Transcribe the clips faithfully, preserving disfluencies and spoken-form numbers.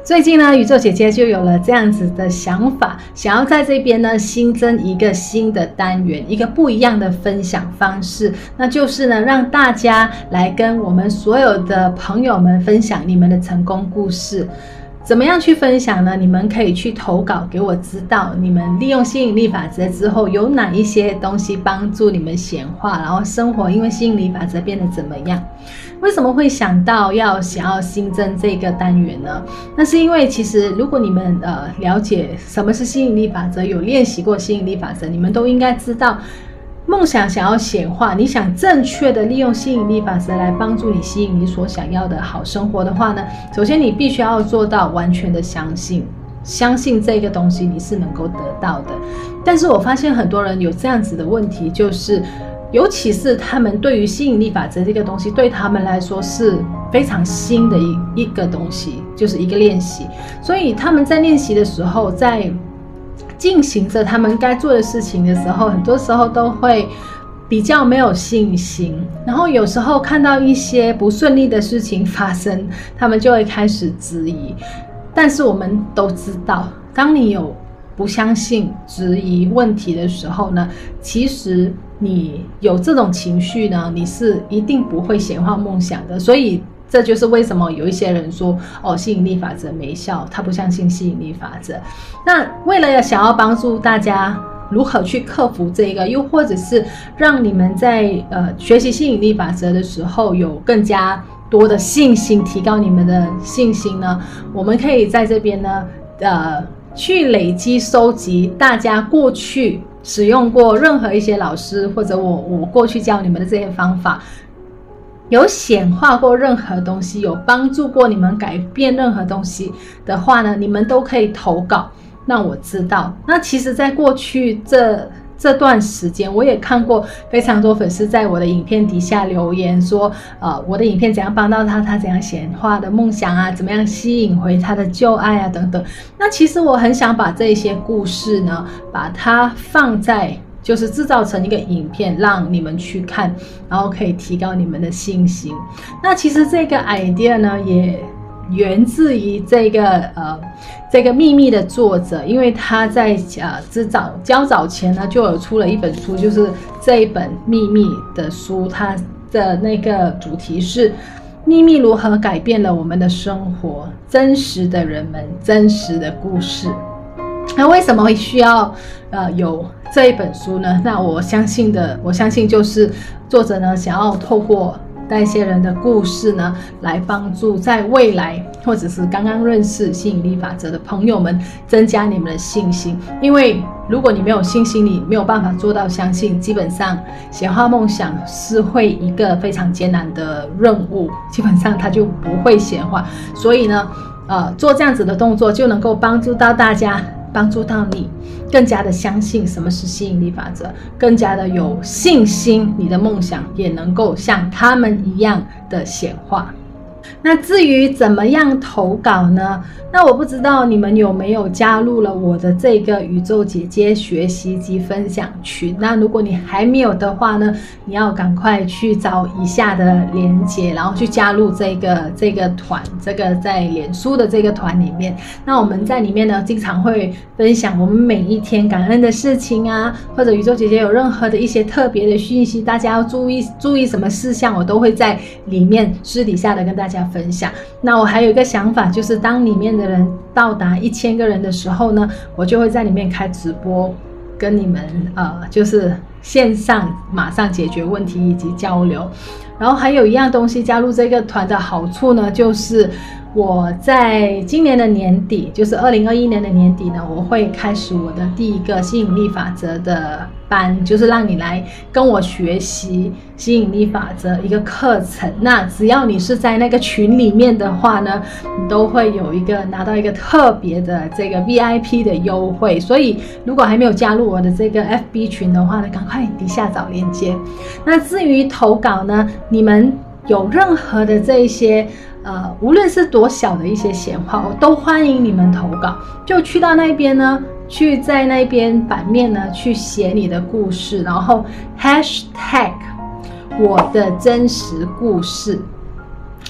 最近呢，宇宙姐姐就有了这样子的想法，想要在这边呢新增一个新的单元，一个不一样的分享方式，那就是呢让大家来跟我们所有的朋友们分享你们的成功故事。怎么样去分享呢？你们可以去投稿给我知道，你们利用吸引力法则之后有哪一些东西帮助你们显化，然后生活因为吸引力法则变得怎么样。为什么会想到要想要新增这个单元呢？那是因为其实如果你们呃了解什么是吸引力法则，有练习过吸引力法则，你们都应该知道，梦想想要显化，你想正确的利用吸引力法则来帮助你吸引你所想要的好生活的话呢，首先你必须要做到完全的相信，相信这个东西你是能够得到的。但是我发现很多人有这样子的问题，就是尤其是他们对于吸引力法则这个东西对他们来说是非常新的一一个东西，就是一个练习，所以他们在练习的时候，在进行着他们该做的事情的时候，很多时候都会比较没有信心，然后有时候看到一些不顺利的事情发生，他们就会开始质疑。但是我们都知道，当你有不相信、质疑问题的时候呢，其实你有这种情绪呢，你是一定不会显化梦想的。所以这就是为什么有一些人说哦，吸引力法则没效，他不相信吸引力法则。那为了想要帮助大家如何去克服这个，又或者是让你们在呃学习吸引力法则的时候有更加多的信心，提高你们的信心呢，我们可以在这边呢呃去累积收集大家过去使用过任何一些老师或者我我过去教你们的这些方法，有显化过任何东西，有帮助过你们改变任何东西的话呢，你们都可以投稿让我知道。那其实在过去这这段时间，我也看过非常多粉丝在我的影片底下留言说呃，我的影片怎样帮到他，他怎样显化的梦想啊，怎么样吸引回他的旧爱啊等等。那其实我很想把这些故事呢，把它放在就是制造成一个影片让你们去看，然后可以提高你们的信心。那其实这个 idea 呢也源自于这个呃这个秘密的作者，因为他在呃之早较早前呢就有出了一本书，就是这一本秘密的书，它的那个主题是秘密如何改变了我们的生活，真实的人们，真实的故事。那为什么会需要呃有这一本书呢？那我相信的，我相信就是作者呢想要透过那些人的故事呢，来帮助在未来或者是刚刚认识吸引力法则的朋友们增加你们的信心。因为如果你没有信心，你没有办法做到相信，基本上显化梦想是会一个非常艰难的任务，基本上它就不会显化。所以呢呃，做这样子的动作就能够帮助到大家，帮助到你更加的相信什么是吸引力法则，更加的有信心，你的梦想也能够像他们一样的显化。那至于怎么样投稿呢？那我不知道你们有没有加入了我的这个宇宙姐姐学习及分享群。那如果你还没有的话呢，你要赶快去找以下的连结，然后去加入这个这个团，这个在脸书的这个团里面。那我们在里面呢经常会分享我们每一天感恩的事情啊，或者宇宙姐姐有任何的一些特别的讯息，大家要注意注意什么事项，我都会在里面私底下的跟大家分享。那我还有一个想法，就是当里面的人到达一千个人的时候呢，我就会在里面开直播，跟你们呃就是线上马上解决问题以及交流。然后还有一样东西，加入这个团的好处呢，就是我在今年的年底，就是二零二一年的年底呢，我会开始我的第一个吸引力法则的班，就是让你来跟我学习吸引力法则一个课程。那只要你是在那个群里面的话呢，你都会有一个拿到一个特别的这个 V I P 的优惠。所以如果还没有加入我的这个 F B 群的话呢，赶快底下找链接。那至于投稿呢，你们有任何的这一些呃，无论是多小的一些显化，我都欢迎你们投稿。就去到那边呢，去在那边版面呢去写你的故事，然后 hashtag 我的真实故事，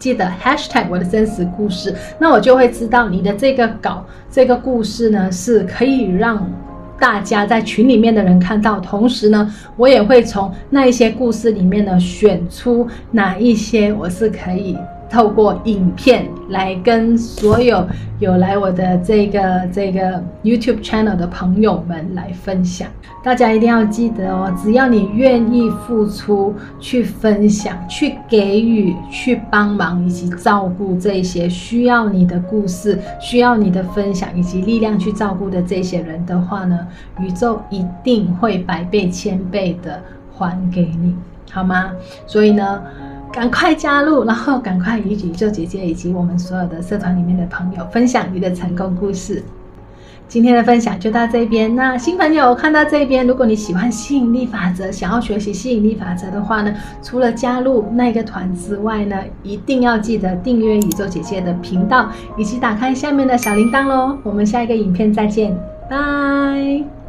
记得 hashtag 我的真实故事，那我就会知道你的这个稿这个故事呢是可以让大家在群里面的人看到，同时呢我也会从那一些故事里面呢选出哪一些我是可以透过影片来跟所有有来我的这个这个 YouTube channel 的朋友们来分享。大家一定要记得哦，只要你愿意付出去分享去给予去帮忙以及照顾这些需要你的故事需要你的分享以及力量去照顾的这些人的话呢，宇宙一定会百倍千倍的还给你，好吗？所以呢赶快加入，然后赶快与宇宙姐姐以及我们所有的社团里面的朋友分享你的成功故事。今天的分享就到这边，那新朋友看到这边，如果你喜欢吸引力法则，想要学习吸引力法则的话呢，除了加入那个团之外呢，一定要记得订阅宇宙姐姐的频道，以及打开下面的小铃铛咯。我们下一个影片再见，拜。